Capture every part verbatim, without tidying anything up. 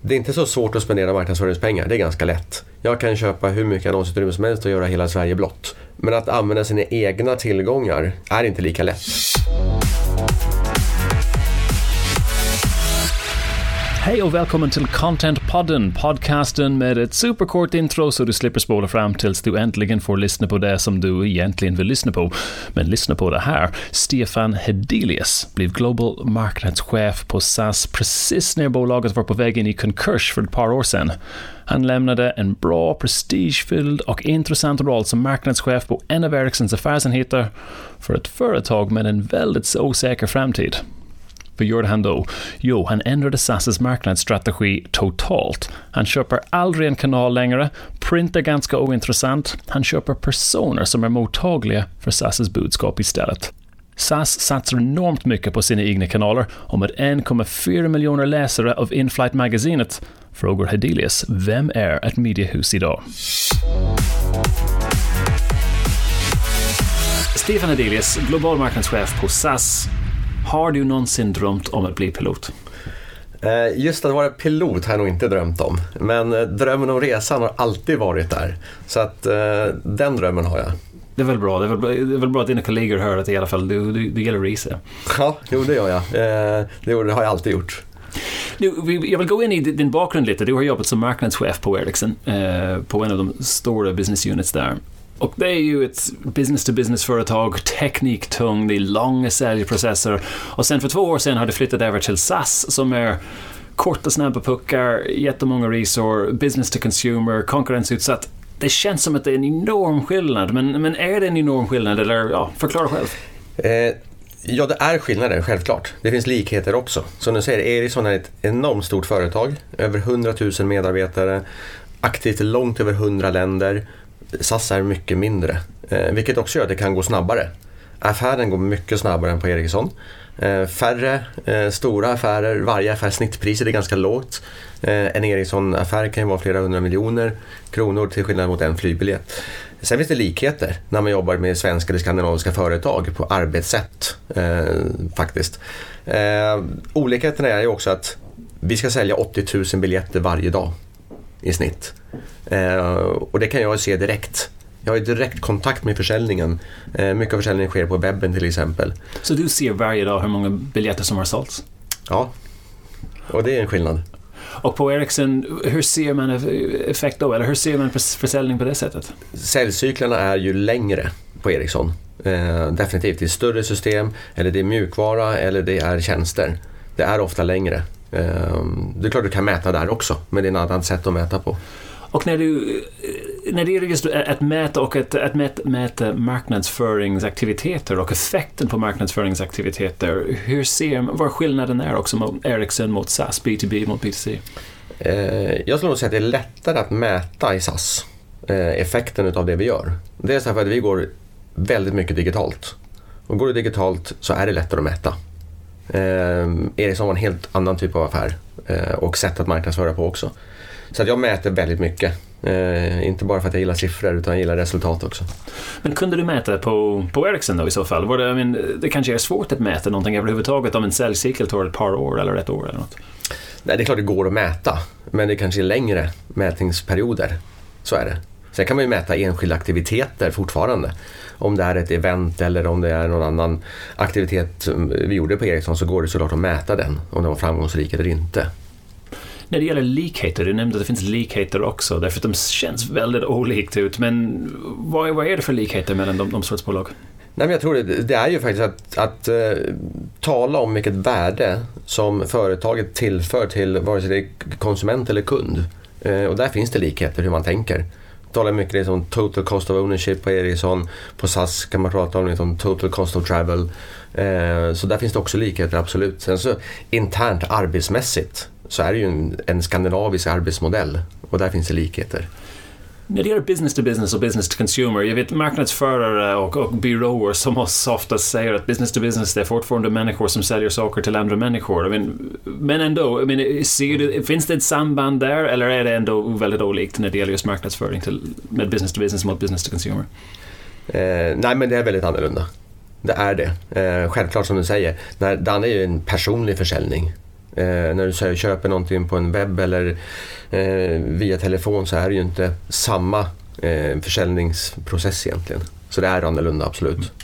Det är inte så svårt att spendera marknadsföringspengar, det är ganska lätt. Jag kan köpa hur mycket annonsutrymme som helst och göra hela Sverige blått. Men att använda sina egna tillgångar är inte lika lätt. Hej och välkommen till Content-podden, podcasten med ett superkort intro så du slipper spola fram tills du äntligen får lyssna på det som du egentligen vill lyssna på. Men lyssna på det här. Stefan Hedelius blev global marknadschef på S A S precis när bolaget var på väg in i konkurs för ett par år sedan. Han lämnade en bra, prestigefylld och intressant roll som marknadschef på en av Ericssons affärsenheter för ett företag med en väldigt osäker framtid. Vad gjorde han då? Jo, han ändrade S A S:s marknadsstrategi totalt. Han köper aldrig en kanal längre, print är ganska ointressant, han köper personer som är mottagliga för S A S:s budskap istället. S A S satsar enormt mycket på sina egna kanaler och med en komma fyra miljoner läsare av Inflight-magasinet frågar Hedelius, vem är ett mediehus idag? Stefan Hedelius, global marknadschef på S A S. Har du någonsin drömt om att bli pilot? Just att vara pilot har jag nog inte drömt om. Men drömmen om resan har alltid varit där. Så att den drömmen har jag. Det är väl bra, det är väl, det är väl bra att dina kollegor hör att i alla fall du, du, du gillar att resa. Ja, jo, det gör jag. Det har jag alltid gjort. Du, jag vill gå in i din bakgrund lite. Du har jobbat som marknadschef på Ericsson, på en av de stora business units där. Och det är ju ett business-to-business-företag, tekniktung, det är långa säljprocesser. Och sen för två år sedan har det flyttat över till S A S som är korta, snabba puckar, jättemånga resor, business-to-consumer, konkurrensutsatt. Det känns som att det är en enorm skillnad, men, men är det en enorm skillnad eller ja, förklara själv. Eh, ja, det är skillnader, självklart. Det finns likheter också. Som du säger, Ericsson är ett enormt stort företag, över hundratusen medarbetare, aktivt i långt över hundra länder. S A S är mycket mindre, eh, vilket också gör att det kan gå snabbare. Affären går mycket snabbare än på Ericsson. Eh, färre eh, stora affärer, varje affärs snittpriset är ganska lågt. Eh, en Ericsson-affär kan ju vara flera hundra miljoner kronor till skillnad mot en flygbiljett. Sen finns det likheter när man jobbar med svenska eller skandinaviska företag på arbetssätt eh, faktiskt. Eh, olikheterna är ju också att vi ska sälja åttio tusen biljetter varje dag i snitt. Eh, och det kan jag se direkt. Jag har direkt kontakt med försäljningen. Eh, mycket av försäljningen sker på webben till exempel. Så du ser varje dag hur många biljetter som har sålts? Ja, och det är en skillnad. Och på Ericsson, hur ser man effekt då? Eller hur ser man försäljning på det sättet? Säljcyklarna är ju längre på Ericsson. Eh, definitivt, det är större system, eller det är mjukvara, eller det är tjänster. Det är ofta längre. Eh, det är klart du kan mäta där också, men det är ett annat sätt att mäta på. Och när du när det är just att mäta och att, att mäta, mäta marknadsföringsaktiviteter och effekten på marknadsföringsaktiviteter, hur ser man, vad skillnaden är också mot Ericsson mot S A S, B to B mot B to C? Eh, jag skulle nog säga att det är lättare att mäta i S A S eh, effekten av det vi gör. Det är så för att vi går väldigt mycket digitalt. Och går du digitalt så är det lättare att mäta. Eh, Ericsson var en helt annan typ av affär eh, och sätt att marknadsföra på också. Så att jag mäter väldigt mycket. Eh, inte bara för att jag gillar siffror utan jag gillar resultat också. Men kunde du mäta på, på Ericsson då i så fall? Var det, I mean, det kanske är svårt att mäta någonting överhuvudtaget om en säljcykel tar ett par år eller ett år eller något? Nej, det är klart det går att mäta. Men det kanske är längre mätningsperioder. Så är det. Sen kan man ju mäta enskilda aktiviteter fortfarande. Om det är ett event eller om det är någon annan aktivitet vi gjorde på Ericsson så går det såklart att mäta den. Om den var framgångsrik eller inte. När det gäller likheter, du nämnde att det finns likheter också, därför att de känns väldigt olikt ut. Men vad, vad är det för likheter mellan de, de sorts bolag? Nej, men jag tror det, det är ju faktiskt att, att uh, tala om vilket värde som företaget tillför till vare sig det är konsument eller kund. Uh, och där finns det likheter hur man tänker. Talar mycket om total cost of ownership på Ericsson. På S A S kan man prata om liksom total cost of travel. Uh, så där finns det också likheter, absolut. Sen så internt arbetsmässigt så är det ju en, en skandinavisk arbetsmodell och där finns det likheter. När det gäller business to business och business to consumer, jag vet marknadsförare och, och byråer som oss ofta säger att business to business det är fortfarande människor som säljer saker till andra människor. I mean, men ändå, I mean, ser du, finns det ett samband där eller är det ändå väldigt olikt när det gäller just marknadsföring till, med business to business mot business to consumer? Eh, nej, men det är väldigt annorlunda. Det är det. Eh, självklart som du säger, när, den är ju en personlig försäljning. Eh, när du säger, köper någonting på en webb eller eh, via telefon så är det ju inte samma eh, försäljningsprocess egentligen. Så det är annorlunda, absolut. Mm.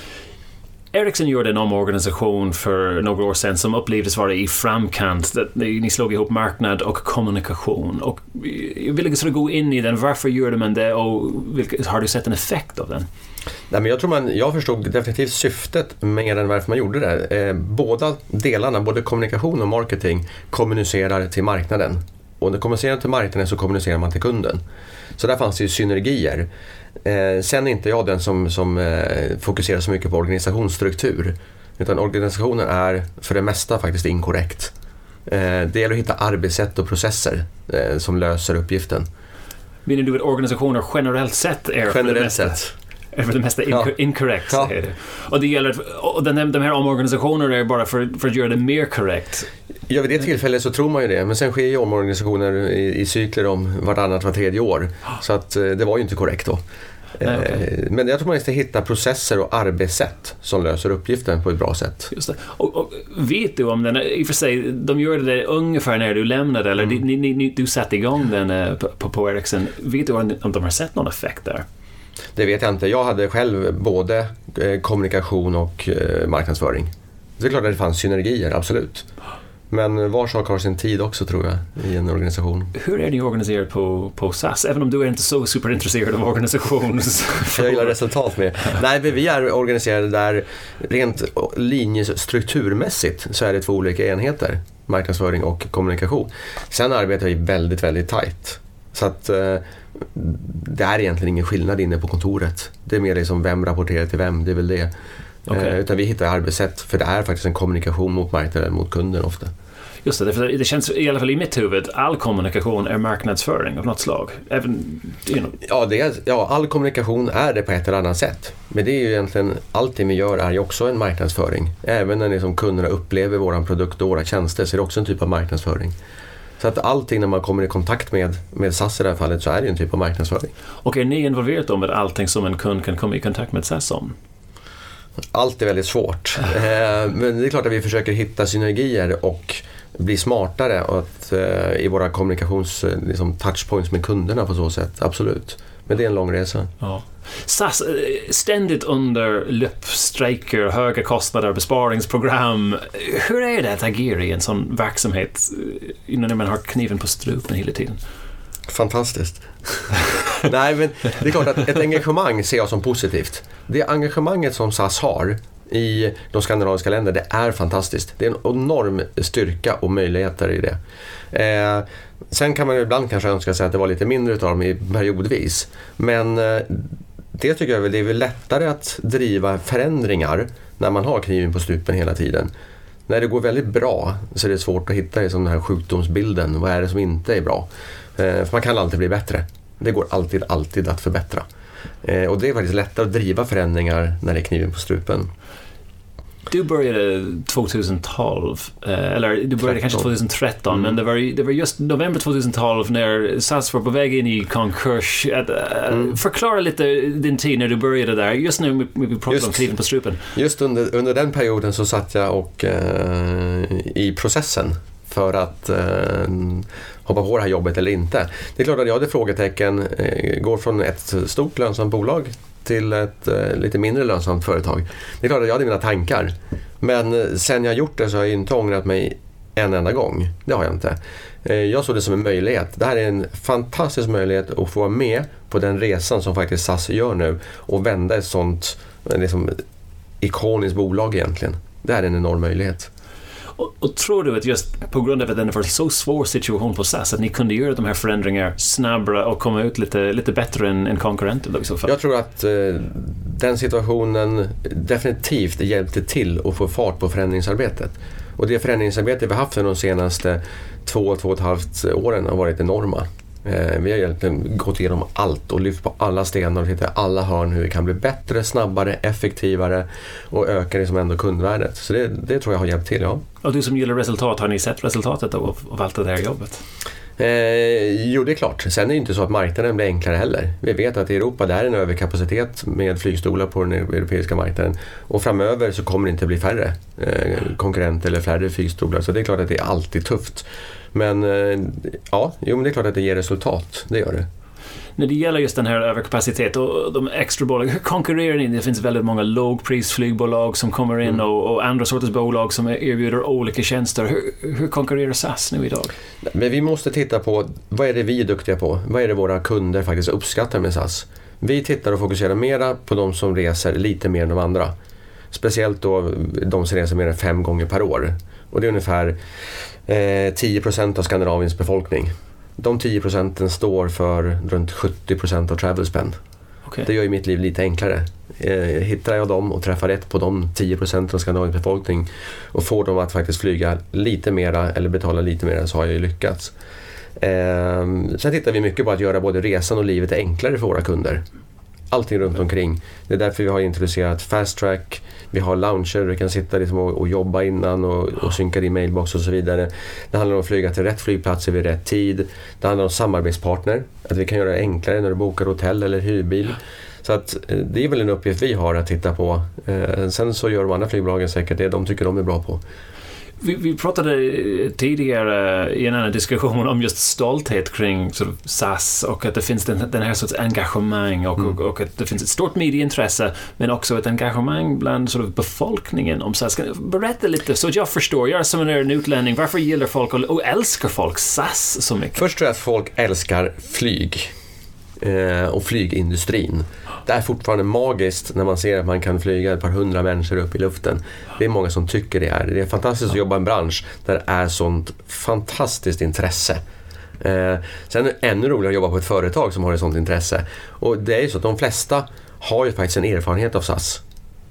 Ericsson gjorde en omorganisation för några år sedan som upplevdes vara i framkant. Ni slog ihop marknad och kommunikation. Och jag vill liksom gå in i den. Varför gjorde man det och vilka, har du sett en effekt av den? Nej, men jag tror man, jag förstod definitivt syftet med den, varför man gjorde det. Eh, båda delarna, både kommunikation och marketing, kommunicerar till marknaden. Och när kommunicerar till marknaden så kommunicerar man till kunden. Så där fanns det ju synergier. Eh, sen är inte jag den som, som eh, fokuserar så mycket på organisationsstruktur. Utan organisationen är för det mesta faktiskt inkorrekt. Eh, det gäller att hitta arbetssätt och processer eh, som löser uppgiften. Menar du att organisationer generellt sett är för det mesta, sett. är för det mesta inco- ja. incorrect? Ja. Och det gäller att, och den, de här omorganisationerna är bara för, för att göra det mer korrekt. Ja, vid det tillfället så tror man ju det. Men sen sker ju omorganisationer i, i cykler om vartannat, var tredje år. Så att det var ju inte korrekt då. Nej, okay. Men jag tror man måste hitta processer och arbetssätt som löser uppgiften på ett bra sätt. Just det. Och, och vet du om den, i och för sig, de gjorde det ungefär när du lämnade, eller mm. ni, ni, du satte igång den på, på, på Ericsson. Vet du om, om de har sett någon effekt där? Det vet jag inte. Jag hade själv både kommunikation och marknadsföring. Det är klart att det fanns synergier, absolut. Men var sak har sin tid också, tror jag, i en organisation. Hur är ni organiserad på, på S A S? Även om du är inte så superintresserad av organisation. Jag gillar resultat med. Nej, vi är organiserade där rent linjestrukturmässigt så är det två olika enheter. Marknadsföring och kommunikation. Sen arbetar vi väldigt, väldigt tajt. Så att eh, det är egentligen ingen skillnad inne på kontoret. Det är mer liksom vem rapporterar till vem, det är väl det. Okay. Eh, utan vi hittar arbetssätt, för det är faktiskt en kommunikation mot marknaden, mot kunden ofta. Just det, för det känns i alla fall i mitt huvud, all kommunikation är marknadsföring av något slag. Även, you know. ja, det är, ja, all kommunikation är det på ett eller annat sätt. Men det är ju egentligen, allt det vi gör är ju också en marknadsföring. Även när liksom kunderna upplever våran produkt och våra tjänster så är det också en typ av marknadsföring. Så att allting när man kommer i kontakt med, med S A S i det här fallet så är det en typ av marknadsföring. Och är ni involverade om att allting som en kund kan komma i kontakt med S A S om? Allt är väldigt svårt. Men det är klart att vi försöker hitta synergier och bli smartare och att, i våra kommunikations liksom, touchpoints med kunderna på så sätt. Absolut. Men det är en lång resa. Ja. S A S ständigt under luppstrejker, höga kostnader, besparingsprogram. Hur är det att agera i en sån verksamhet innan man har kniven på strupen hela tiden? Fantastiskt. Nej, men det är klart att ett engagemang ser jag som positivt. Det engagemanget som S A S har i de skandinaviska länderna, det är fantastiskt. Det är en enorm styrka och möjligheter i det. Eh, sen kan man ju ibland kanske önska sig att det var lite mindre utav dem i periodvis. Men eh, det tycker jag väl, det är väl lättare att driva förändringar när man har kniven på strupen hela tiden. När det går väldigt bra så är det svårt att hitta i den här sjukdomsbilden. Vad är det som inte är bra? Eh, för man kan alltid bli bättre. Det går alltid, alltid att förbättra. Eh, och det är faktiskt lättare att driva förändringar när det är kniven på strupen. Du började tjugohundratolv, eller du började kanske tjugotretton, mm. men det var, det var just november tjugotolv när S A S var på väg in i konkurs. Att, mm. Förklara lite din tid när du började där, just nu vi pratar om kniven på strupen. Just under, under den perioden så satt jag och, eh, i processen för att eh, hoppa på det här jobbet eller inte. Det är klart att jag hade frågetecken, eh, går från ett stort lönsamt bolag till ett eh, lite mindre lönsamt företag. Det är klart att jag hade mina tankar. Men sen jag gjort det så har jag inte ångrat mig en enda gång. Det har jag inte. Eh, jag såg det som en möjlighet. Det här är en fantastisk möjlighet att få vara med på den resan som faktiskt S A S gör nu och vända ett sånt liksom, ikoniskt bolag egentligen. Det här är en enorm möjlighet. Och, och tror du att just på grund av att det var en så svår situation på S A S att ni kunde göra de här förändringar snabbare och komma ut lite, lite bättre än, än konkurrenter då i så fall? Jag tror att eh, den situationen definitivt hjälpte till att få fart på förändringsarbetet. Och det förändringsarbete vi har haft de senaste två, två och ett halvt åren har varit enorma. Eh, vi har egentligen gått igenom allt och lyft på alla stenar och tittat alla hörn hur vi kan bli bättre, snabbare, effektivare och öka det som ändå kundvärdet. Så det, det tror jag har hjälpt till, ja. Och du som gillar resultat, har ni sett resultatet av, av allt det här jobbet? Eh, jo, det är klart. Sen är det inte så att marknaden blir enklare heller. Vi vet att i Europa där är en överkapacitet med flygstolar på den europeiska marknaden. Och framöver så kommer det inte bli färre eh, konkurrenter eller färre flygstolar. Så det är klart att det är alltid tufft. Men eh, ja, jo, men det är klart att det ger resultat. Det gör det. När det gäller just den här överkapacitet och de extra bolagen, hur konkurrerar ni? Det finns väldigt många lågprisflygbolag som kommer in mm. och, och andra sorters bolag som erbjuder olika tjänster. Hur, hur konkurrerar S A S nu idag? Men vi måste titta på vad är det vi är duktiga på? Vad är det våra kunder faktiskt uppskattar med S A S? Vi tittar och fokuserar mera på de som reser lite mer än de andra. Speciellt då de som reser mer än fem gånger per år. Och det är ungefär eh, tio procent av Skandinaviens befolkning. De tio procenten står för runt sjuttio procent av travel spend. Okay. Det gör ju mitt liv lite enklare. Eh, hittar jag dem och träffar rätt på de tio procent av Skandinaviens befolkning och får dem att faktiskt flyga lite mera eller betala lite mera, så har jag ju lyckats. Eh, sen tittar vi mycket på att göra både resan och livet enklare för våra kunder. Allting runt omkring. Det är därför vi har introducerat Fast Track. Vi har lounger, du kan sitta liksom och, och jobba innan och, och synka din mailbox och så vidare. Det handlar om att flyga till rätt flygplatser vid rätt tid. Det handlar om samarbetspartner. Att vi kan göra det enklare när du bokar hotell eller hyrbil. Så att det är väl en uppgift vi har att titta på. Eh, sen så gör de andra flygbolagen säkert det de tycker de är bra på. Vi, vi pratade tidigare i en annan diskussion om just stolthet kring sort of S A S och att det finns den, den här sorts engagemang och, mm. och, och att det finns ett stort medieintresse men också ett engagemang bland sort of befolkningen om S A S. Kan du berätta lite så att jag förstår, jag är som en utlänning, varför gillar folk och, och älskar folk S A S så mycket? Först tror jag att folk älskar flyg eh, och flygindustrin. Det är fortfarande magiskt när man ser att man kan flyga ett par hundra människor upp i luften. Det är många som tycker det är. Det är fantastiskt att jobba i en bransch där det är sånt fantastiskt intresse. Eh, sen är det ännu roligare att jobba på ett företag som har ett sånt intresse. Och det är ju så att de flesta har ju faktiskt en erfarenhet av S A S.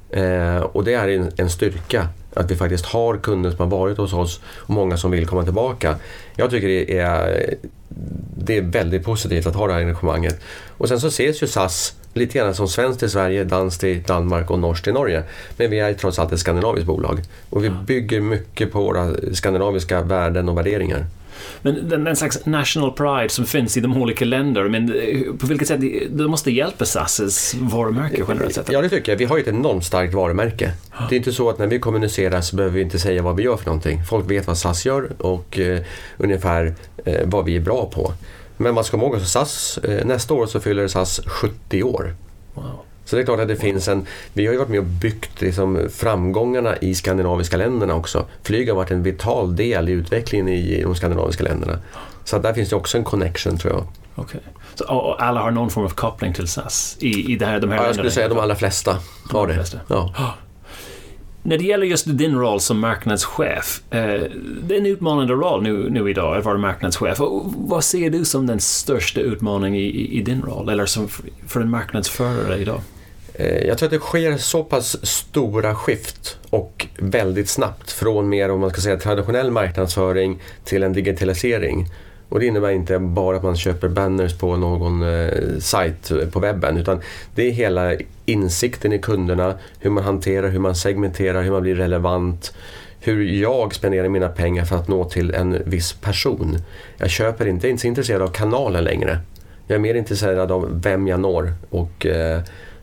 Eh, och det är en, en styrka att vi faktiskt har kunder som har varit hos oss och många som vill komma tillbaka. Jag tycker det är, det är väldigt positivt att ha det här engagemanget. Och sen så ses ju S A S lite grann som svenskt i Sverige, danskt i Danmark och norskt i Norge. Men vi är trots allt ett skandinaviskt bolag. Och vi bygger mycket på våra skandinaviska värden och värderingar. Men den, den slags national pride som finns i de olika länder, men på vilket sätt det måste hjälpa S A S:s varumärke generellt sett? Ja, det tycker jag. Vi har ju ett enormt starkt varumärke. Det är inte så att när vi kommunicerar så behöver vi inte säga vad vi gör för någonting. Folk vet vad S A S gör och eh, ungefär eh, vad vi är bra på. Men man ska ihåg att S A S, eh, nästa år så fyller S A S sjuttio år. Wow. Så det är klart att det wow. finns en... Vi har ju varit med och byggt liksom, framgångarna i skandinaviska länderna också. Flyg har varit en vital del i utvecklingen i de skandinaviska länderna. Så där finns det också en connection, tror jag. Okej. Så och alla har någon form av koppling till S A S i, i det här, de här ja, jag skulle säga de allra flesta har det. Flesta. Ja. När det gäller just din roll som marknadschef, eh, det är en utmanande roll nu, nu idag att vara marknadschef. Och vad ser du som den största utmaningen i, i, i din roll eller som för en marknadsförare idag? Jag tror att det sker så pass stora skift och väldigt snabbt från mer, om man ska säga, traditionell marknadsföring till en digitalisering. Och det innebär inte bara att man köper banners på någon eh, sajt på webben, utan det är hela insikten i kunderna, hur man hanterar, hur man segmenterar, hur man blir relevant, hur jag spenderar mina pengar för att nå till en viss person. Jag köper inte, jag är inte så intresserad av kanalen längre. Jag är mer intresserad av vem jag når och eh,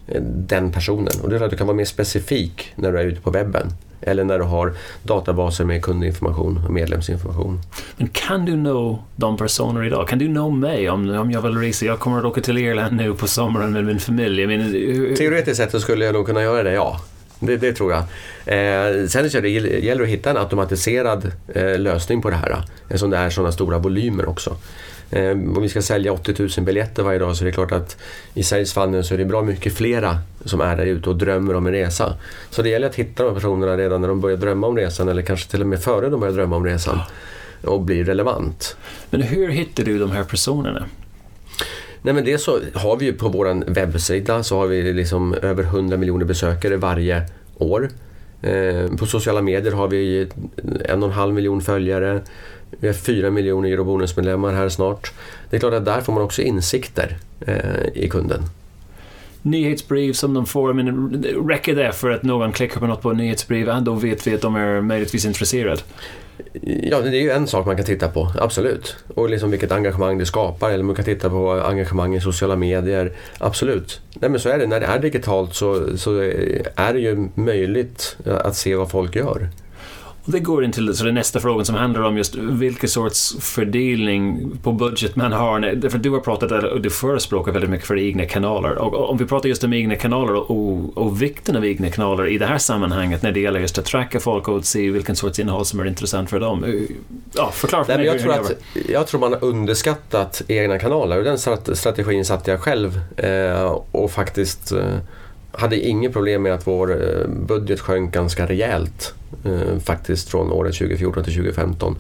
den personen. Och det är att du kan vara mer specifik när du är ute på webben. Eller när du har databaser med kundinformation och medlemsinformation. Men kan du nå de personer idag? Kan du nå mig om, om jag vill resa? Jag kommer att åka till Irland nu på sommaren med min familj. Jag menar, hur... Teoretiskt sett så skulle jag nog kunna göra det, ja. Det, det tror jag. Eh, sen så det gäller det att hitta en automatiserad eh, lösning på det här. Eftersom det är sådana stora volymer också. Eh, om vi ska sälja åttio tusen biljetter varje dag så är det klart att i salesfunneln så är det bra mycket flera som är där ute och drömmer om en resa. Så det gäller att hitta de här personerna redan när de börjar drömma om resan eller kanske till och med före de börjar drömma om resan och blir relevant. Men hur hittar du de här personerna? Nej, men det så har vi ju på vår webbsida så har vi liksom över hundra miljoner besökare varje år. Eh, på sociala medier har vi en och en halv miljon följare. Vi har fyra miljoner Eurobonusmedlemmar här snart. Det är klart att där får man också insikter eh, i kunden. nyhetsbrev som de får, men räcker det för att någon klickar på något på nyhetsbrev och då vet vi att de är möjligtvis intresserade? Ja, det är ju en sak man kan titta på, absolut. Och liksom vilket engagemang det skapar, eller man kan titta på engagemang i sociala medier, absolut. Nej, men så är det, när det är digitalt så, så är det ju möjligt att se vad folk gör. Och det går in till så det nästa frågan som handlar om just vilken sorts fördelning på budget man har. Därför du har pratat och du förespråkar väldigt mycket för egna kanaler. Och om vi pratar just om egna kanaler och, och vikten av egna kanaler i det här sammanhanget när det gäller just att tracka folk och se vilken sorts innehåll som är intressant för dem. Ja, förklara för Nej, mig. Men jag, tror att, jag tror man har underskattat egna kanaler och den strategin satte jag själv eh, och faktiskt eh, hade inget problem med att vår eh, budget sjönk ganska rejält. Eh, faktiskt från året tjugo fjorton till tjugo femton.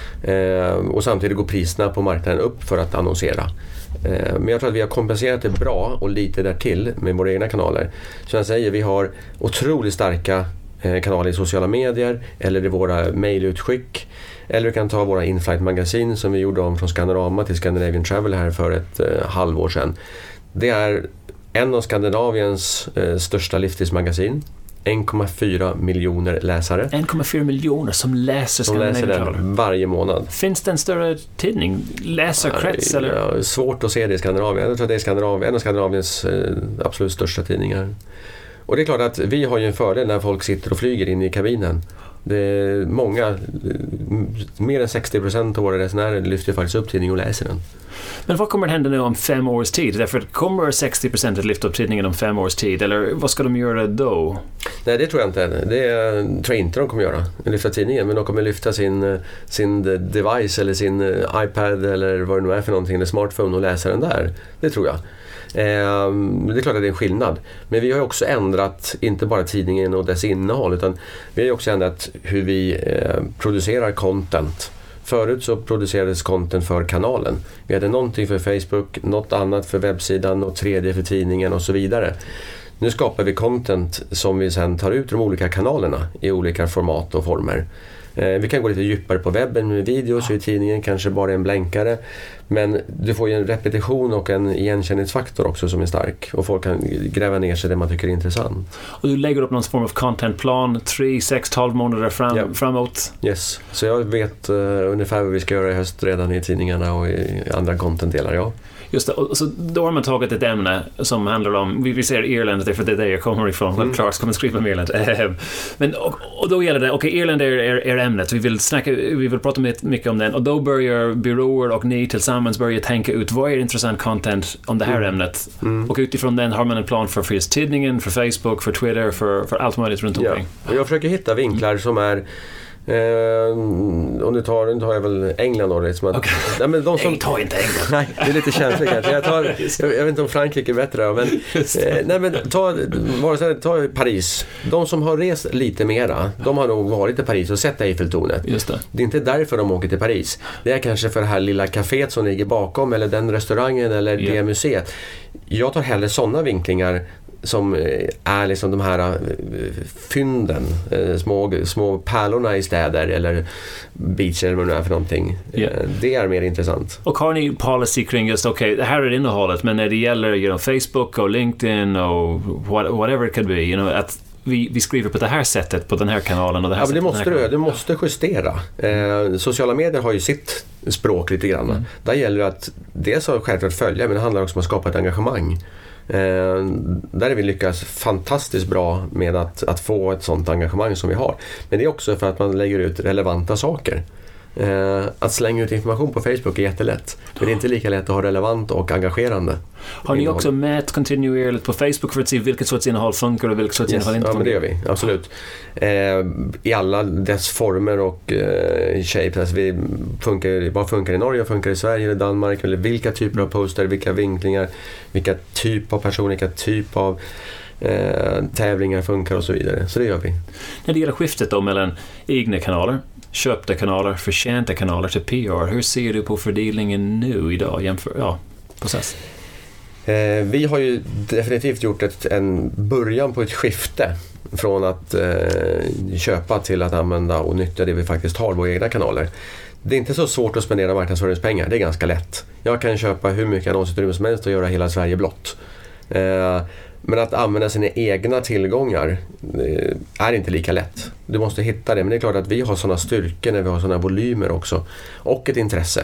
Eh, och samtidigt går priserna på marknaden upp för att annonsera. Eh, men jag tror att vi har kompenserat det bra och lite därtill med våra egna kanaler. Som jag säger, vi har otroligt starka eh, kanaler i sociala medier eller i våra mejlutskick. Eller vi kan ta våra in-flight-magasin som vi gjorde om från Scanorama till Scandinavian Travel här för ett eh, halvår sedan. Det är en av Skandinaviens eh, största livsstilsmagasin. en komma fyra miljoner läsare. en komma fyra miljoner som läser som läser den varje månad. Finns det en större tidning? Läsarkrets? Ja, eller? Ja, svårt att se det i Skandinavien. Jag tror att det är Skandinavien, en av Skandinaviens eh, absolut största tidningar. Och det är klart att vi har ju en fördel när folk sitter och flyger in i kabinen. Det är många, mer än sextio procent av våra resenärer lyfter faktiskt upp tidningen och läser den. Men vad kommer att hända nu om fem års tid? Därför kommer sextio procent att lyfta upp tidningen om fem års tid? Eller vad ska de göra då? Nej, det tror jag inte. Det tror jag inte de kommer göra. Lyfta tidningen, men de kommer lyfta sin, sin device eller sin iPad eller vad det nu är för någonting, eller smartphone och läsa den där. Det tror jag. Eh, det är klart att det är en skillnad. Men vi har också ändrat inte bara tidningen och dess innehåll, utan vi har också ändrat hur vi eh, producerar content. Förut så producerades content för kanalen. Vi hade någonting för Facebook, något annat för webbsidan och tredje för tidningen och så vidare. Nu skapar vi content som vi sedan tar ut de olika kanalerna i olika format och former. Vi kan gå lite djupare på webben med videos och i tidningen kanske bara en blänkare. Men du får ju en repetition och en igenkänningsfaktor också som är stark. Och folk kan gräva ner sig det man tycker är intressant. Och du lägger upp någon form av contentplan tre, sex, tolv månader fram, ja. framåt? Yes, så jag vet uh, ungefär vad vi ska göra i höst redan i tidningarna och i andra contentdelar, ja. Just det, och så då har man tagit ett ämne som handlar om, vi, vi ser Irland, det är för det är där jag kommer ifrån, mm. Clark ska man skriva om Irland. Men, och, och då gäller det, okej, okay, Irland är, är, är ämnet, vi vill, snacka, vi vill prata mycket om den, och då börjar byråer och ni tillsammans börja tänka ut vad är intressant content om det här mm. ämnet. Mm. Och utifrån den har man en plan för, för tidningen, för Facebook, för Twitter, för, för allt möjligt runt omkring. Ja. Jag försöker hitta vinklar som är Eh, och nu tar, nu tar jag väl England då liksom att, okay. nej, men de som, nej, ta inte England. Nej, det är lite känsligt kanske. Jag, tar, jag, jag vet inte om Frankrike är bättre, men, eh, nej, men ta, ta Paris. De som har rest lite mera, de har nog varit i Paris och sett Eiffeltornet. Just det. Det är inte därför de åker till Paris. Det är kanske för det här lilla kaféet som ligger bakom, eller den restaurangen eller yeah. det museet. Jag tar hellre sådana vinklingar som är liksom de här fynden, små, små pärlorna i städer eller beach eller vad det är för någonting. Yeah. Det är mer intressant. Och har ni policy kring just, okej, okay, det här är innehållet, men när det gäller you know, Facebook och LinkedIn och whatever it could be, you know, att vi, vi skriver på det här sättet på den här kanalen och det här ja, men det sättet, måste du, du måste justera. Eh, sociala medier har ju sitt språk lite grann. Mm. Där gäller det att dels har självklart följa, men det handlar också om att skapa ett engagemang. Eh, där är vi lyckas fantastiskt bra med att, att få ett sånt engagemang som vi har. Men det är också för att man lägger ut relevanta saker. Eh, att slänga ut information på Facebook är jättelätt, men det är inte lika lätt att ha relevant och engagerande. Har ni också mätt kontinuerligt på Facebook för att se vilket sorts innehåll funkar och vilket sorts yes, innehåll inte ja, funkar? Ja, men det gör vi, absolut. Eh, I alla dess former och eh, shapes. Alltså vi funkar, vad funkar i Norge, funkar i Sverige eller Danmark, eller vilka typer av poster, vilka vinklingar, vilka typ av personer, vilka typ av eh, tävlingar funkar och så vidare. Så det gör vi. När det gäller skiftet då mellan egna kanaler, köpta kanaler, förtjänta kanaler till P R, hur ser du på fördelningen nu idag jämför, ja, process? Eh, vi har ju definitivt gjort ett, en början på ett skifte från att eh, köpa till att använda och nyttja det vi faktiskt har, våra egna kanaler. Det är inte så svårt att spendera marknadsföringspengar, det är ganska lätt. Jag kan köpa hur mycket annonsutrymme som helst och göra hela Sverige blått. Eh, Men att använda sina egna tillgångar är inte lika lätt. Du måste hitta det, men det är klart att vi har sådana styrkor när vi har sådana volymer också. Och ett intresse.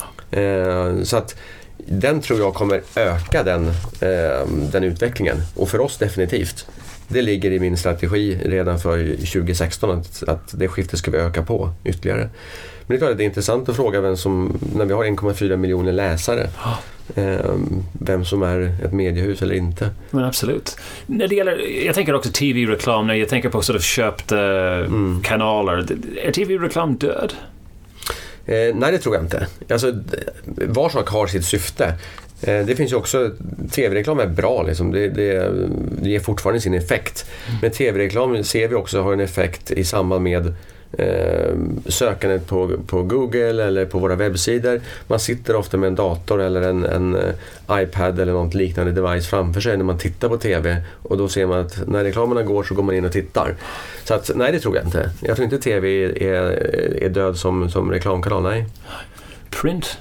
Så att den tror jag kommer öka den, den utvecklingen. Och för oss definitivt. Det ligger i min strategi redan för tjugo sexton att, att det skiftet ska vi öka på ytterligare. Men det är klart att det är intressant att fråga vem som, när vi har en komma fyra miljoner läsare, eh, vem som är ett mediehus eller inte. Men absolut. När det gäller, jag tänker också T V-reklam, när jag tänker på sort of köpta mm. kanaler. Är T V-reklam död? Eh, nej, det tror jag inte. Alltså, var sak har sitt syfte. Det finns ju också, tv-reklam är bra liksom. det, det, det ger fortfarande sin effekt. Mm. Men tv-reklam ser vi också har en effekt i samband med eh, sökandet på, på Google eller på våra webbsidor. Man sitter ofta med en dator eller en, en iPad eller något liknande device framför sig när man tittar på tv, och då ser man att när reklamerna går så går man in och tittar. Så att, nej, det tror jag inte. Jag tror inte tv är, är död som, som reklamkanal, nej. Print?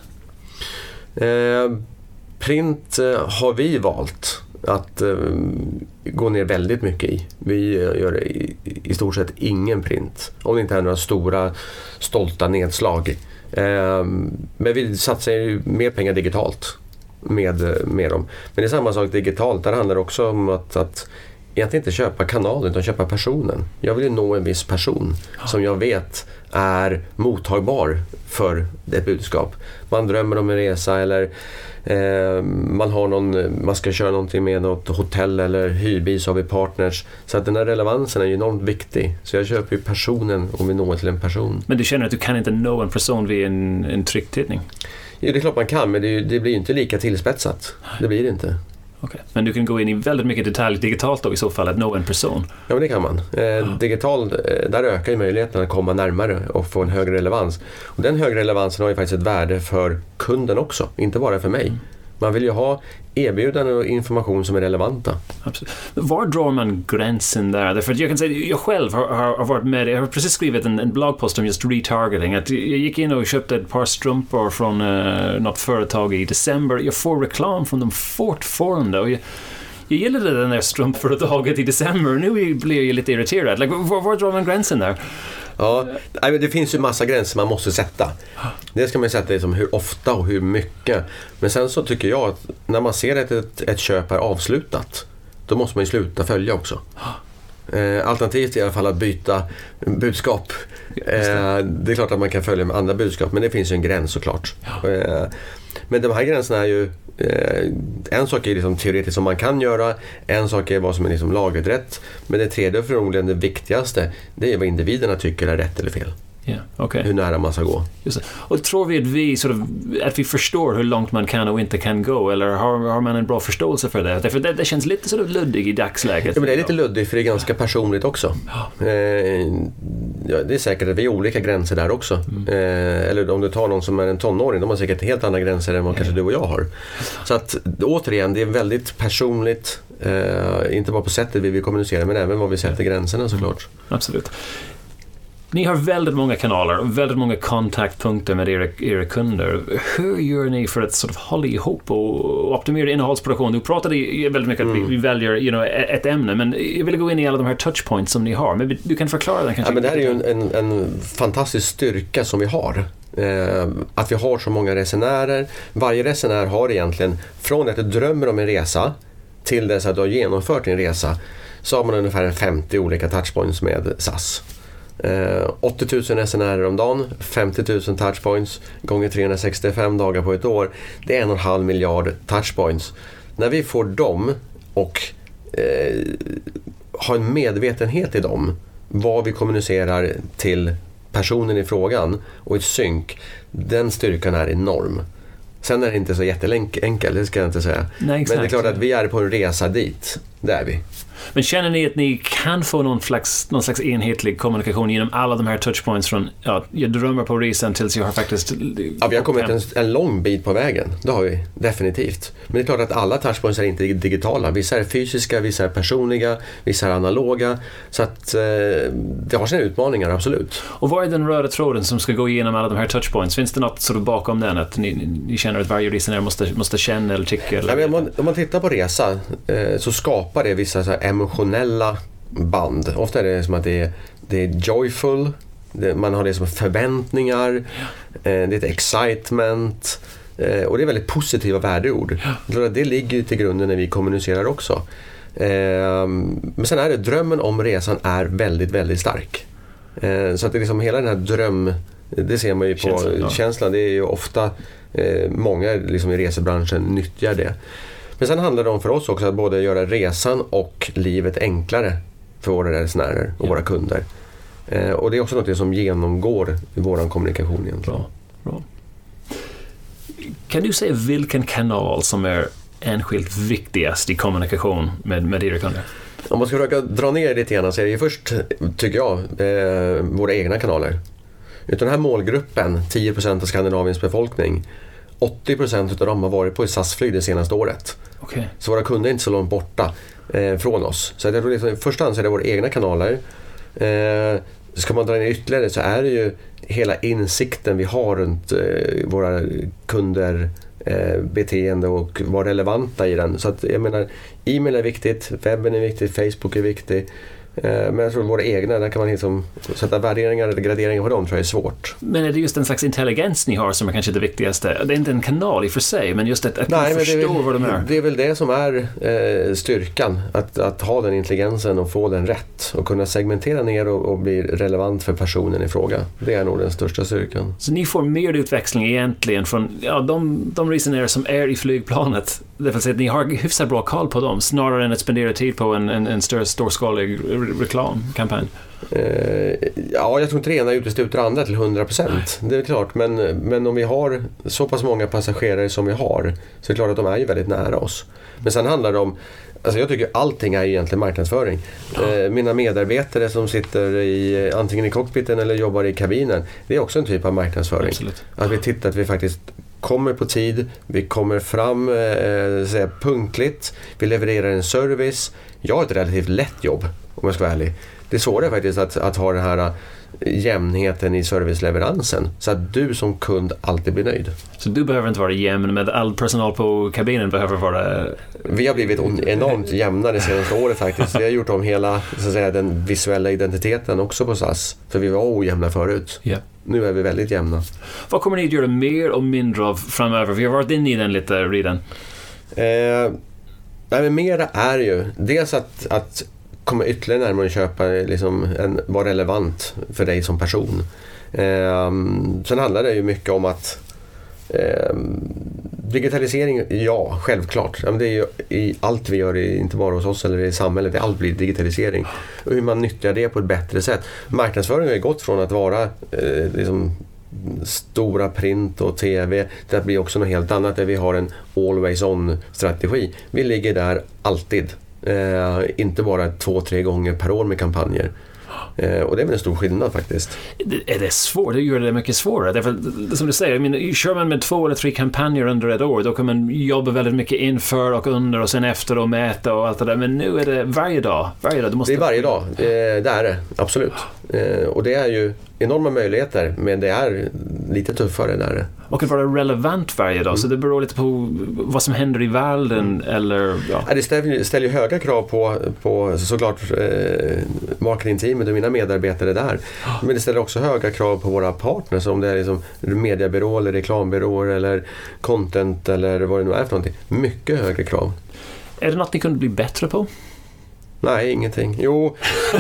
Eh, Print har vi valt att uh, gå ner väldigt mycket i. Vi gör i, i stort sett ingen print. Om det inte är några stora, stolta nedslag. Uh, men vi satsar ju mer pengar digitalt med, med dem. Men det är samma sak digitalt. Där handlar det också om att, att egentligen inte köpa kanalen utan köpa personen. Jag vill ju nå en viss person som jag vet är mottagbar för ett budskap. Man drömmer om en resa eller eh, man har någon, man ska köra någonting med något hotell eller hyrbil, så har vi partners. Så att den här relevansen är ju enormt viktig. Så jag köper ju personen om vi når till en person. Men du känner att du kan inte nå en person via en, en trycktidning? Jo, det är klart man kan, men det, det blir inte lika tillspetsat. Det blir det inte. Okay. Men du kan gå in i väldigt mycket detalj digitalt då i så fall att nå en person. Ja, men det kan man. Eh, ja. Digitalt, eh, där ökar ju möjligheten att komma närmare och få en högre relevans. Och den högre relevansen har ju faktiskt ett värde för kunden också, inte bara för mig. Mm. Man vill ju ha erbjudanden och information som är relevanta. Absolut. Var drar man gränsen där? Därför att jag kan säga, jag själv har, har, har varit med, jag har precis skrivit en, en bloggpost om just retargeting. Att jag gick in och köpte ett par strumpor från uh, något företag i december. Jag får reklam från dem fortfarande och jag, jag gillade den där strumpföretaget i december. Nu blir jag lite irriterad. Like, var, var drar man gränsen där? Ja, det finns ju massa gränser man måste sätta. Det ska man sätta liksom hur ofta och hur mycket. Men sen så tycker jag att när man ser att ett, ett köp är avslutat, då måste man ju sluta följa också. Eh, alternativt i alla fall att byta budskap. Eh, det är klart att man kan följa med andra budskap, men det finns ju en gräns såklart. Eh, men de här gränserna är ju eh, en sak är liksom teoretiskt som man kan göra, en sak är vad som är liksom lagligt rätt, men det tredje och förmodligen det viktigaste, det är vad individerna tycker är rätt eller fel. Yeah, okay. Hur nära man ska gå. Just det. Och tror vi att vi, sort of, att vi förstår hur långt man kan och inte kan gå, eller har, har man en bra förståelse för det? Därför det, det känns lite så luddig i dagsläget. Ja, men det är lite luddigt för det är ganska personligt också. Ja. Eh, ja, det är säkert att vi har olika gränser där också. Mm. Eh, eller om du tar någon som är en tonåring, de har säkert helt andra gränser än vad yeah. kanske du och jag har. Så att återigen, det är väldigt personligt. Eh, inte bara på sättet vi vill kommunicera, men även vad vi sätter gränserna såklart. Mm. Absolut. Ni har väldigt många kanaler och väldigt många kontaktpunkter med era, era kunder. Hur gör ni för att sort of hålla ihop och optimera innehållsproduktion? Du pratade väldigt mycket mm. att vi, vi väljer you know, ett ämne, men jag vill gå in i alla de här touchpoints som ni har. Men du kan förklara den kanske. Ja, men det här är ju en, en, en fantastisk styrka som vi har. Eh, att vi har så många resenärer. Varje resenär har egentligen, från att du drömmer om en resa till dess att du har genomfört din resa, så har man ungefär femtio olika touchpoints med S A S. Uh, åttio tusen resenärer om dagen, femtio tusen touchpoints gånger trehundrasextiofem dagar på ett år. Det är en och en halv miljard touchpoints. När vi får dem och uh, har en medvetenhet i dem, vad vi kommunicerar till personen i frågan och ett synk, den styrkan är enorm. Sen är det inte så jätteenkelt, det ska jag inte säga. Nej, men det är klart att vi är på en resa dit. Det är vi. Men känner ni att ni kan få någon slags, någon slags enhetlig kommunikation genom alla de här touchpoints från, ja, jag drömmer på resan tills jag har faktiskt... Ja, vi har kommit en, en lång bit på vägen. Det har vi definitivt. Men det är klart att alla touchpoints är inte digitala. Vissa är fysiska, vissa är personliga, vissa är analoga. Så att eh, det har sina utmaningar, absolut. Och vad är den röda tråden som ska gå igenom alla de här touchpoints? Finns det något sort of bakom den? Att ni, ni känner att varje resenär måste, måste känna eller tycka? Eller? Ja, men om, man, om man tittar på resa eh, så skapar skapar det vissa så här emotionella band. Ofta är det som att det är, det är joyful, det, man har det som förväntningar, eh, det är ett excitement, eh, och det är väldigt positiva värdeord. Ja. Det ligger till grunden när vi kommunicerar också. Eh, men sen är det, drömmen om resan är väldigt, väldigt stark. Eh, så att det är liksom hela den här dröm, det ser man ju på känslan, ja. känslan det är ju ofta eh, många liksom i resebranschen nyttjar det. Men sen handlar det om för oss också att både göra resan och livet enklare för våra resenärer och ja. våra kunder. Eh, och det är också något som genomgår i vår kommunikation egentligen. Bra. Bra. Kan du säga vilken kanal som är enskilt viktigast i kommunikation med, med era kunder? Om man ska försöka dra ner lite grann så är det ju först, tycker jag, eh, våra egna kanaler. Utan den här målgruppen, tio procent av Skandinaviens befolkning, åttio procent av dem har varit på ett S A S-flyg det senaste året. Okay. Så våra kunder är inte så långt borta eh, från oss. Så jag tror liksom, i första hand så är det våra egna kanaler. Eh, ska man dra ner ytterligare så är det ju hela insikten vi har runt eh, våra kunder, eh, beteende och vara relevanta i den. Så att jag menar, e-mail är viktigt, webben är viktigt, Facebook är viktigt. Men jag tror våra egna, där kan man liksom sätta värderingar eller graderingar på dem, tror jag är svårt. Men är det just en slags intelligens ni har som är kanske det viktigaste? Det är inte en kanal i för sig, men just att, att Nej, förstå det väl, vad de är. Det är väl det som är eh, styrkan, att, att ha den intelligensen och få den rätt och kunna segmentera ner och, och bli relevant för personen i fråga. Det är nog den största styrkan. Så ni får mer utväxling egentligen från ja, de, de resenärer som är i flygplanet. Det vill säga att ni har hyfsat bra koll på dem snarare än att spendera tid på en, en, en större storskalig reklamkampanj. Eh, ja, jag tror inte det ena utesluter andra till hundra procent. Det är klart, men, men om vi har så pass många passagerare som vi har, så är det klart att de är ju väldigt nära oss. Men sen handlar det om, alltså jag tycker allting är egentligen marknadsföring. Ja. Eh, mina medarbetare som sitter i, antingen i cockpiten eller jobbar i kabinen, det är också en typ av marknadsföring. Absolut. Att vi tittar att vi faktiskt kommer på tid, vi kommer fram eh, säga, punktligt, vi levererar en service. Jag har ett relativt lätt jobb, om jag ska vara ärlig. Det är svårare faktiskt att, att ha den här jämnheten i serviceleveransen så att du som kund alltid blir nöjd. Så du behöver inte vara jämn, med all personal på kabinen behöver vara... Vi har blivit enormt jämna det senaste året faktiskt. Vi har gjort om hela så att säga, den visuella identiteten också på S A S. För vi var ojämna förut. Yeah. Nu är vi väldigt jämna. Vad kommer ni att göra mer och mindre av framöver? Vi har varit inne i den lite redan. Eh, nej, men mera är ju dels att, att komma ytterligare närmare att köpa, liksom, en, vara relevant för dig som person. Eh, sen handlar det ju mycket om att eh, digitalisering, ja, självklart. Ja, men det är ju i allt vi gör, inte bara hos oss eller i samhället, det allt blir digitalisering. Och hur man nyttjar det på ett bättre sätt. Marknadsföring har ju gått från att vara eh, liksom, stora print och tv, det blir också något helt annat där vi har en always on-strategi. Vi ligger där alltid. Eh, inte bara två, tre gånger per år med kampanjer. Eh, och det är väl en stor skillnad faktiskt. Det, är det svårt? Det gör det mycket svårare. Därför, som du säger, jag menar, kör man med två eller tre kampanjer under ett år, då kan man jobba väldigt mycket inför och under och sen efter och mäta och allt det där. Men nu är det varje dag. Varje dag. Du måste... Det är varje dag. Eh, det är det. Absolut. Eh, och det är ju enorma möjligheter, men det är lite tuffare där. Och att vara relevant varje dag, mm. så det beror lite på vad som händer i världen, mm. eller... Ja. Ja, det ställer, ställer ju höga krav på, på såklart eh, marketingteamet och mina medarbetare där. Men det ställer också höga krav på våra partners, om det är liksom mediebyrå eller reklambyråer eller content eller vad det nu är för någonting. Mycket högre krav. Är det något ni kunde bli bättre på? Nej, ingenting. Jo, eh,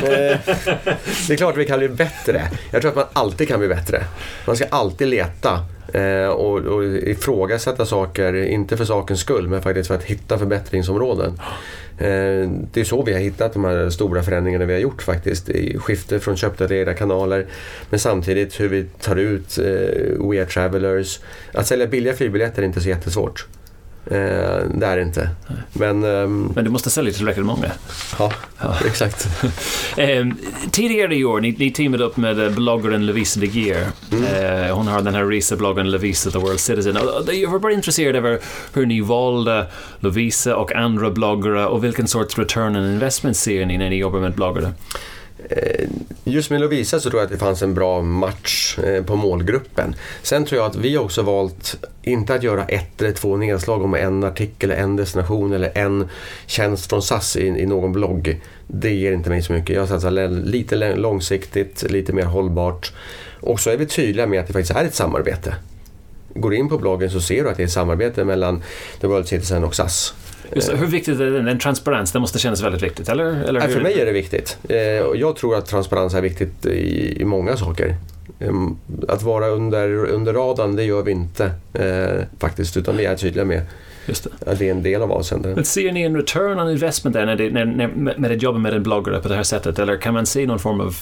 det är klart vi kan bli bättre. Jag tror att man alltid kan bli bättre. Man ska alltid leta eh, och, och ifrågasätta saker, inte för sakens skull, men faktiskt för att hitta förbättringsområden. Eh, det är så vi har hittat de här stora förändringarna vi har gjort faktiskt. I skifte från köpta till egna kanaler, men samtidigt hur vi tar ut eh, We Are Travelers. Att sälja billiga flygbiljetter är inte så jättesvårt. Eh, det är inte. Men, um, Men du måste sälja tillräckligt många. Ja, ja. Exakt. eh, tidigare i år, ni, ni teamade upp med bloggaren Lovisa de Geer. Mm. Eh, hon har den här resebloggen Lovisa the World Citizen. Jag var bara intresserad över hur ni valde Lovisa och andra bloggare och vilken sorts return on investment ser ni när ni jobbar med bloggare? Just med Lovisa så tror jag att det fanns en bra match på målgruppen. Sen tror jag att vi också valt inte att göra ett eller två nedslag om en artikel, en destination eller en tjänst från S A S i, i någon blogg. Det ger inte mig så mycket. Jag satsar lite långsiktigt, lite mer hållbart. Och så är vi tydliga med att det faktiskt är ett samarbete. Går in på bloggen så ser du att det är ett samarbete mellan The World Citizen och S A S. Just, hur viktigt är det? En transparens, det måste kännas väldigt viktigt, eller? eller ja, för mig är det viktigt. Jag tror att transparens är viktigt i, i många saker. Att vara under, under radarn, det gör vi inte eh, faktiskt, utan vi är tydliga med Just det. att det är en del av avsändaren. Men ser ni en return on investment där när det, när, när, med det jobbar med en bloggare på det här sättet, eller kan man se någon form av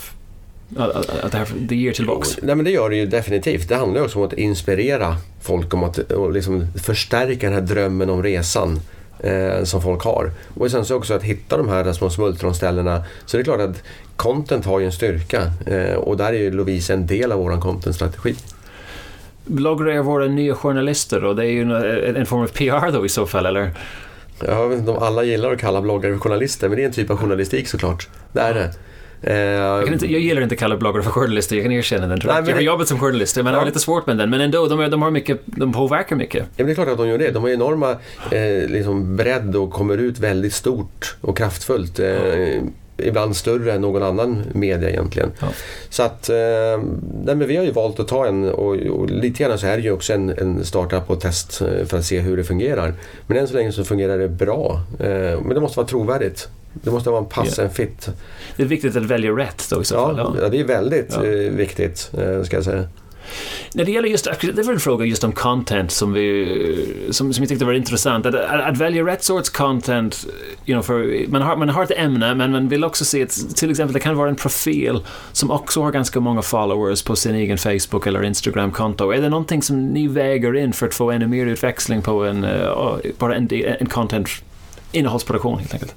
att det här det ger tillbaks? Nej, men det gör det ju definitivt. Det handlar ju också om att inspirera folk, om att och liksom förstärka den här drömmen om resan eh, som folk har. Och sen så också att hitta de här små smultronställena. Så det är klart att content har ju en styrka eh, och där är ju Lovisa en del av våran content-strategi. Bloggare är våra nya journalister och det är ju en, en form av P R då i så fall, eller? Ja, de alla gillar att kalla bloggare för journalister, men det är en typ av journalistik såklart. Det är det. Jag, kan inte, jag gillar inte att kalla bloggare för journalister, jag kan erkänna den. Nej, jag har jobbat som journalist, men ja. har lite svårt med den. Men ändå, de, är, de, har mycket, de påverkar mycket. Ja, men det är klart att de gör det. De har enorma eh, liksom bredd och kommer ut väldigt stort och kraftfullt. Eh, ja. Ibland större än någon annan media egentligen. Ja. Så att eh, nej, men vi har ju valt att ta en, och, och lite grann så är det ju också en, en startup och test för att se hur det fungerar. Men än så länge så fungerar det bra. Eh, men det måste vara trovärdigt. Det måste vara en pass, yeah. en fit. Det är viktigt att välja rätt då i så ja, fall. Ja, ja, det är väldigt ja. eh, viktigt, ska jag säga. När det gäller just, det var en fråga just om content som vi som, som jag tyckte var intressant. Att, att, att välja rätt sorts content, you know, för, man, har, man har ett ämne, men man vill också se att till exempel det kan vara en profil som också har ganska många followers på sin egen Facebook eller Instagram-konto. Är det någonting som ni väger in för att få ännu mer utväxling på en, uh, bara en, en content innehållsproduktion helt enkelt?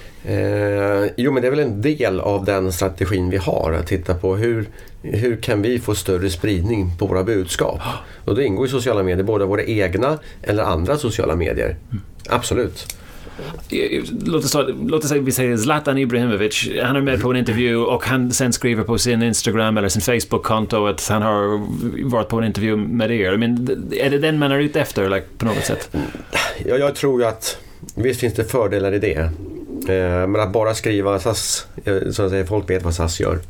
Eh, jo, men det är väl en del av den strategin vi har, att titta på hur, hur kan vi få större spridning på våra budskap. Och det ingår i sociala medier, både våra egna eller andra sociala medier. Mm. Absolut. Låt oss, ta, låt oss säga vi säger Zlatan Ibrahimovic, han är med på en intervju och han sen skriver på sin Instagram eller sin Facebook-konto att han har varit på en intervju med er. Men är det den man är ute efter, like, på något sätt? Ja, jag tror ju att visst finns det fördelar i det. Men att bara skriva S A S, så att säga, folk vet vad S A S gör.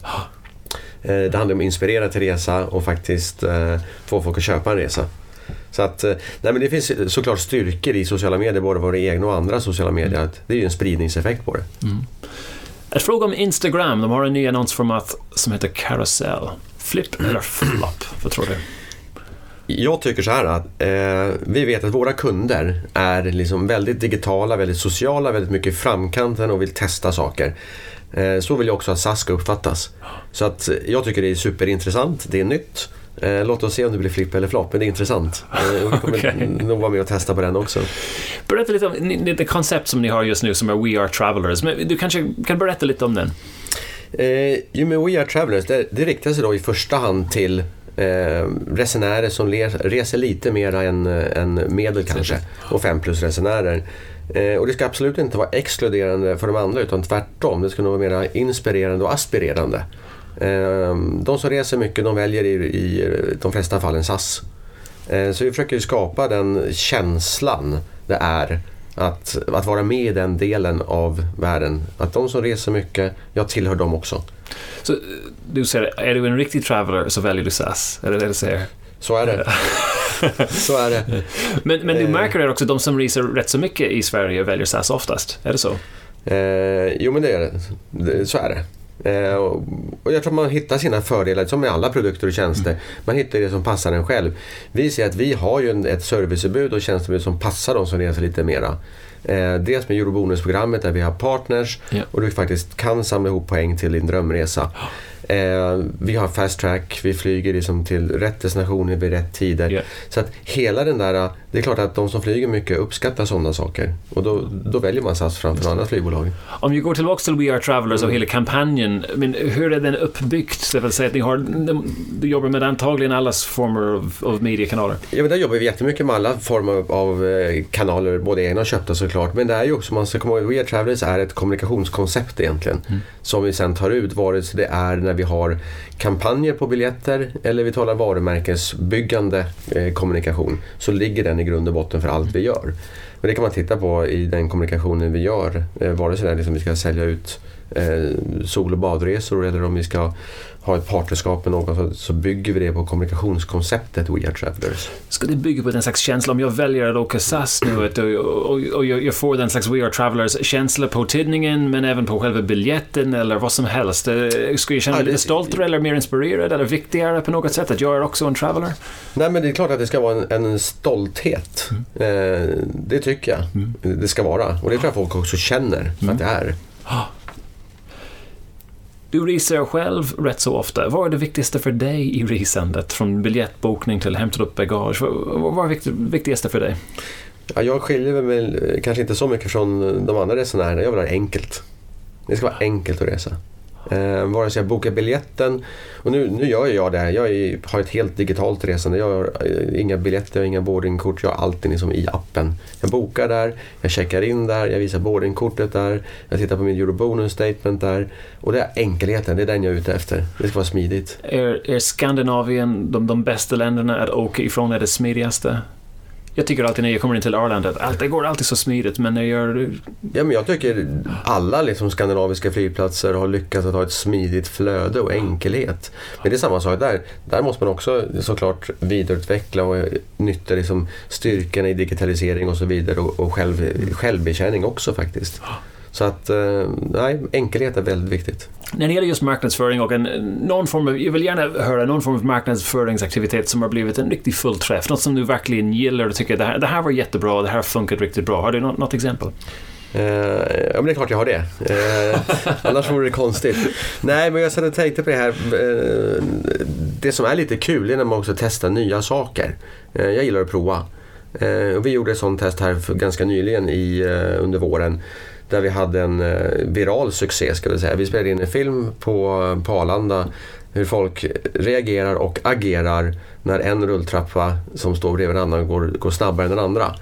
Det handlar om att inspirera till resa och faktiskt få folk att köpa en resa. Så att, nej, men det finns såklart styrkor i sociala medier, både våra egna och andra sociala medier. Det är ju en spridningseffekt på det. Mm. Att fråga om Instagram, de har en ny annonsformat som heter Carousel. Flip eller flop, vad tror du? Jag tycker så här att eh, vi vet att våra kunder är liksom väldigt digitala, väldigt sociala, väldigt mycket i framkanten och vill testa saker. Eh, så vill jag också att S A S ska uppfattas. Så att jag tycker det är superintressant, det är nytt. Eh, låt oss se om det blir flip eller flop, men det är intressant. Eh, vi kommer okay. nog vara med och testa på den också. Berätta lite om det koncept som ni har just nu som är We Are Travelers. Men du kanske kan berätta lite om den? Eh, jo, men We Are Travelers, det, det riktar sig då i första hand till Eh, resenärer som le- reser lite mer än, än medel kanske, och fem plus resenärer. Eh, och det ska absolut inte vara exkluderande för de andra, utan tvärtom. Det ska nog vara mer inspirerande och aspirerande. Eh, de som reser mycket, de väljer i, i de flesta fallen S A S. Eh, så vi försöker skapa den känslan det är att, att vara med i den delen av världen. Att de som reser mycket, jag tillhör dem också. Så du säger, är du en riktig traveler så väljer du S A S? Är det det du säger? Så är det. Så är det. Men, men du märker det också, de som reser rätt så mycket i Sverige väljer S A S oftast. Är det så? Eh, jo, men det är det. Så är det. Eh, och, och jag tror man hittar sina fördelar, som med alla produkter och tjänster. Mm. Man hittar det som passar en själv. Vi ser att vi har ju en, ett serviceutbud och tjänsteutbud som passar de som reser lite mera. Eh, dels med Eurobonusprogrammet där vi har partners, yeah. och du faktiskt kan samla ihop poäng till din drömresa. Eh, vi har fast track, vi flyger liksom till rätt destinationer vid rätt tider. Yeah. Så att hela den där, det är klart att de som flyger mycket uppskattar sådana saker. Och då, då väljer man S A S framför andra flygbolag. Om vi går tillbaka till We Are Travelers och mm. hela kampanjen, men hur är den uppbyggt? Det vill säga att ni har, du jobbar med antagligen allas former av, av mediekanaler. Ja, men där jobbar vi jättemycket med alla former av kanaler, både egna och köpta såklart. Men det är ju också, man ska komma ihåg, We Are Travelers är ett kommunikationskoncept egentligen. Mm. Som vi sen tar ut, vare sig det är när vi har kampanjer på biljetter eller vi talar varumärkesbyggande eh, kommunikation, så ligger den i grund och botten för allt vi gör. Men det kan man titta på i den kommunikationen vi gör, eh, vare sig det är liksom vi ska sälja ut eh, sol- och badresor eller om vi ska ha ett partnerskap med någon, så, så bygger vi det på kommunikationskonceptet We Are Travelers. Ska det bygga på den slags känsla, om jag väljer att åka S A S nu och, och, och jag får den slags We Are Travelers känsla på tidningen men även på själva biljetten eller vad som helst, ska jag känna mig lite stoltare eller mer inspirerad eller viktigare på något sätt att jag är också en traveler? Nej, men det är klart att det ska vara en, en stolthet. Mm. Eh, det tycker jag mm. det ska vara, och det tror jag folk också känner mm. att det är. Du reser själv rätt så ofta. Vad är det viktigaste för dig i resandet? Från biljettbokning till hämta upp bagage. Vad är det viktigaste för dig? Ja, jag skiljer mig kanske inte så mycket från de andra resenärerna. Jag vill ha det enkelt. Det ska vara enkelt att resa. Eh, vare sig jag bokar biljetten, och nu, nu gör jag det. Jag är, har ett helt digitalt resande. Jag har inga biljetter, jag har inga boardingkort. Jag har alltid liksom i appen. Jag bokar där, jag checkar in där, jag visar boardingkortet där, jag tittar på min Eurobonus statement där. Och det är enkelheten, det är den jag är ute efter. Det ska vara smidigt. Är, är Skandinavien de, de bästa länderna att åka ifrån, är det smidigaste? Jag tycker alltid när jag kommer in till Arlanda att allt, det går alltid så smidigt, men när jag gör... Ja, men jag tycker alla liksom skandinaviska flygplatser har lyckats att ha ett smidigt flöde och enkelhet. Men det är samma sak där. Där måste man också såklart vidareutveckla och nytta liksom styrkorna i digitalisering och så vidare, och, och själv, självbetjäning också faktiskt. Så att, nej, enkelhet är väldigt viktigt. När det gäller just marknadsföring och en, någon form av, jag vill gärna höra någon form av marknadsföringsaktivitet som har blivit en riktig fullträff, något som du verkligen gillar och tycker det här, det här var jättebra, det här funkar riktigt bra. Har du något, något exempel? Uh, ja, men det är klart jag har det. Uh, annars vore det konstigt. Nej, men jag satt och tänkte på det här. Uh, det som är lite kul är när man också testar nya saker. Uh, jag gillar att prova. Uh, och vi gjorde ett sånt test här för ganska nyligen i, uh, under våren, där vi hade en uh, viral succé, ska vi säga. Vi spelade in en film på, på Arlanda, hur folk reagerar och agerar när en rulltrappa som står bredvid en annan går, går snabbare än den andra.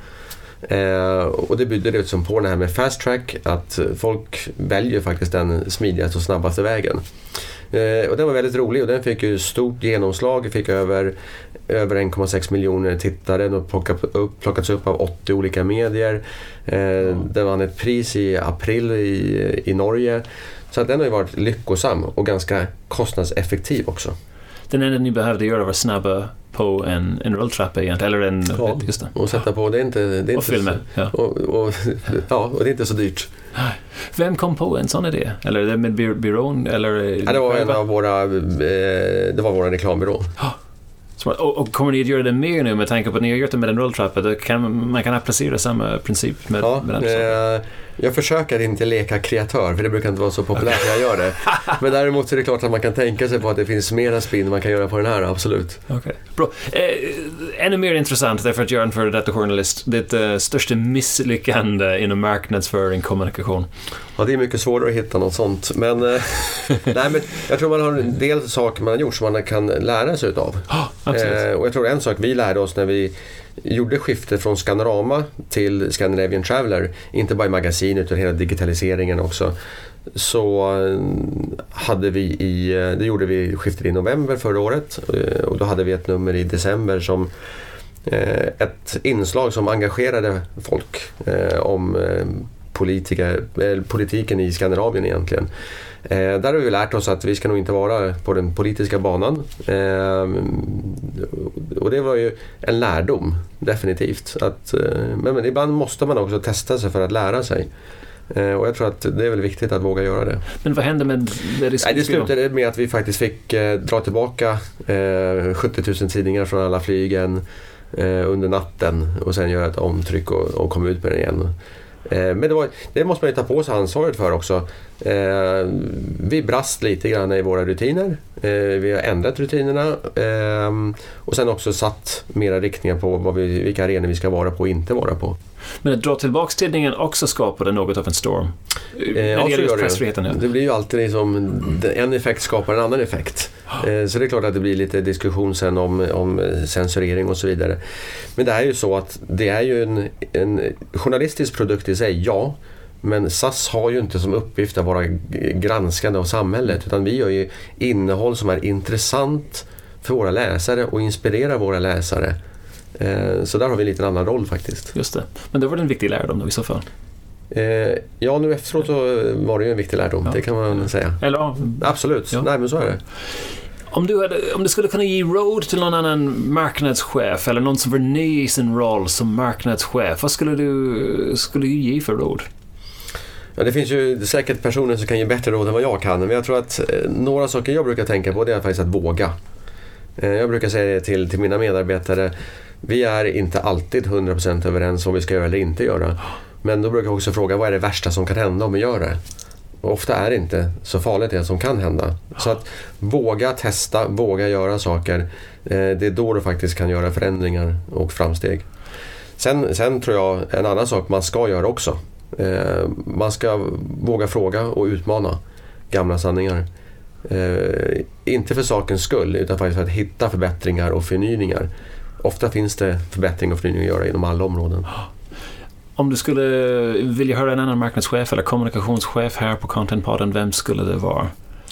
Eh, och det byggde det som på det här med fast track, att folk väljer faktiskt den smidigaste och snabbaste vägen. Eh, och den var väldigt rolig, och den fick ju stort genomslag, fick över, över en komma sex miljoner tittare och plockat upp, plockats upp av åttio olika medier. Eh, mm. Den vann ett pris i april i, i Norge. Så att den har ju varit lyckosam och ganska kostnadseffektiv också. Den enda ni behövde göra var snabba på en, en rulltrappa egentligen, eller en, ja, just det. Och sätta på, det är inte, det är och inte filma, så, ja. Och, och, ja, och det är inte så dyrt. Vem kom på en sån idé? Eller är det med byrån? Eller, ja, det var en av våra, eh, det var vår reklambyrå. Och, och kommer ni att göra det mer nu med tanke på att ni har gjort det med en rulltrappa? Då kan, man kan applicera samma princip med, ja, med den. Eh, jag försöker inte leka kreatör, för det brukar inte vara så populärt när jag gör det. Men däremot är det klart att man kan tänka sig på att det finns mera spin man kan göra på den här, absolut. Okay. Bra. Eh, ännu mer intressant, därför att jag är en före detta journalist. Det är största misslyckande inom marknadsföring, kommunikation. Ja, det är mycket svårare att hitta något sånt. Men, eh, nej, men jag tror man har en del saker man har gjort som man kan lära sig utav. Oh, eh, och jag tror en sak vi lärde oss när vi gjorde skiftet från Skanorama till Scandinavian Traveler, inte bara i magasin utan hela digitaliseringen också, så hade vi i, det gjorde vi skiftet i november förra året, och då hade vi ett nummer i december som ett inslag som engagerade folk om politiker, politiken i Skandinavien egentligen. Eh, där har vi lärt oss att vi ska nog inte vara på den politiska banan. Eh, och det var ju en lärdom, definitivt. Att, eh, men, men ibland måste man också testa sig för att lära sig. Eh, och jag tror att det är väl viktigt att våga göra det. Men vad hände med det? Nej, det slutade med att vi faktiskt fick eh, dra tillbaka eh, sjuttio tusen tidningar från alla flygen eh, under natten och sen göra ett omtryck och, och komma ut med det igen. Men det, var, det måste man ju ta på sig ansvaret för också. Eh, vi brast lite grann i våra rutiner. Eh, vi har ändrat rutinerna eh, och sen också satt mera riktningar på vad vi, vilka arenor vi ska vara på och inte vara på. Men att dra tillbaka tidningen också skapade något av en storm. Eh, ja, så gör det. Det blir ju alltid liksom, en effekt skapar en annan effekt. Eh, så det är klart att det blir lite diskussion sen om, om censurering och så vidare. Men det är ju så att det är ju en, en journalistisk produkt i sig, ja. Men S A S har ju inte som uppgift att vara granskande av samhället, utan vi gör ju innehåll som är intressant för våra läsare och inspirerar våra läsare. Så där har vi en liten annan roll faktiskt. Just det. Men det var en viktig lärdom då i så fall. Ja, nu efteråt så var det ju en viktig lärdom, ja. Det kan man säga. Eller, ja. Absolut, ja. Nej men så är det. Om du, hade, om du skulle kunna ge råd till någon annan marknadschef eller någon som var ny i sin roll som marknadschef, vad skulle du, skulle du ge för råd? Ja, det finns ju säkert personer som kan ge bättre råd än vad jag kan, men jag tror att några saker jag brukar tänka på, det är faktiskt att våga. Jag brukar säga det till, till mina medarbetare, vi är inte alltid hundra procent överens om vi ska göra eller inte göra. Men då brukar jag också fråga, vad är det värsta som kan hända om vi gör det? Och ofta är det inte så farligt det som kan hända. Så att våga testa, våga göra saker, det är då du faktiskt kan göra förändringar och framsteg. Sen, sen tror jag en annan sak man ska göra också. Man ska våga fråga och utmana gamla sanningar. Eh, inte för sakens skull, utan faktiskt för att hitta förbättringar och förnyningar. Ofta finns det förbättring och förnyning att göra inom alla områden. Om du skulle vilja höra en annan marknadschef eller kommunikationschef här på Content-podden, vem skulle det vara?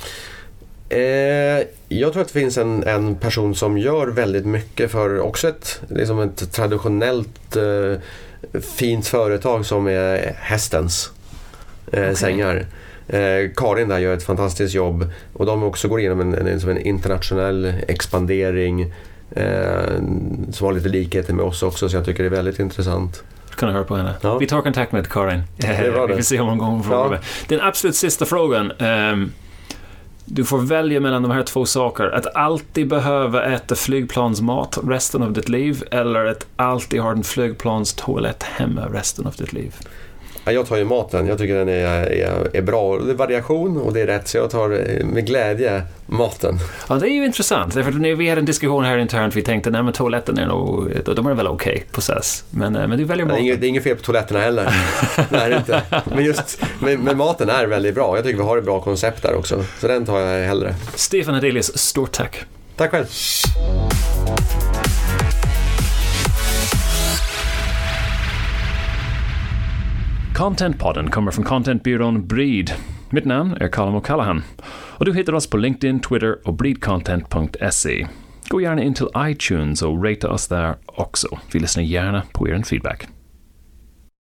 Eh, jag tror att det finns en, en person som gör väldigt mycket för också ett, liksom ett traditionellt eh, fint företag som är hästens eh, okay. sängar. Eh, Karin där gör ett fantastiskt jobb och de också går igenom en, en, en internationell expandering eh, som har lite likheter med oss också, så jag tycker det är väldigt intressant. Kan jag höra på henne. Ja. Vi tar kontakt med Karin. Det var det. Vi får se hur många gånger frågar. Ja. Den absolut sista frågan. Um, du får välja mellan de här två saker. Att alltid behöva äta flygplansmat resten av ditt liv, eller att alltid ha en flygplanstoalett hemma resten av ditt liv. Jag tar ju maten. Jag tycker den är, är, är bra. Det är variation och det är rätt, så jag tar med glädje maten. Ja, det är ju intressant. För när vi hade en diskussion här internt, vi tänkte, nej men toaletten är nog, de är väl okej okay på S A S. Men, men du väljer maten. Det är, inget, det är inget fel på toaletterna heller. Nej, inte. Men just men, men maten är väldigt bra. Jag tycker vi har ett bra koncept där också. Så den tar jag hellre. Stefan Hadelius, stort tack. Tack själv. Content-podden kommer från Content-byrån Breed. Mitt namn är Colin O'Callaghan. Och du hittar oss på LinkedIn, Twitter och breedcontent punkt se. Gå gärna in till iTunes och rata oss där också. Vi lyssnar gärna på er feedback.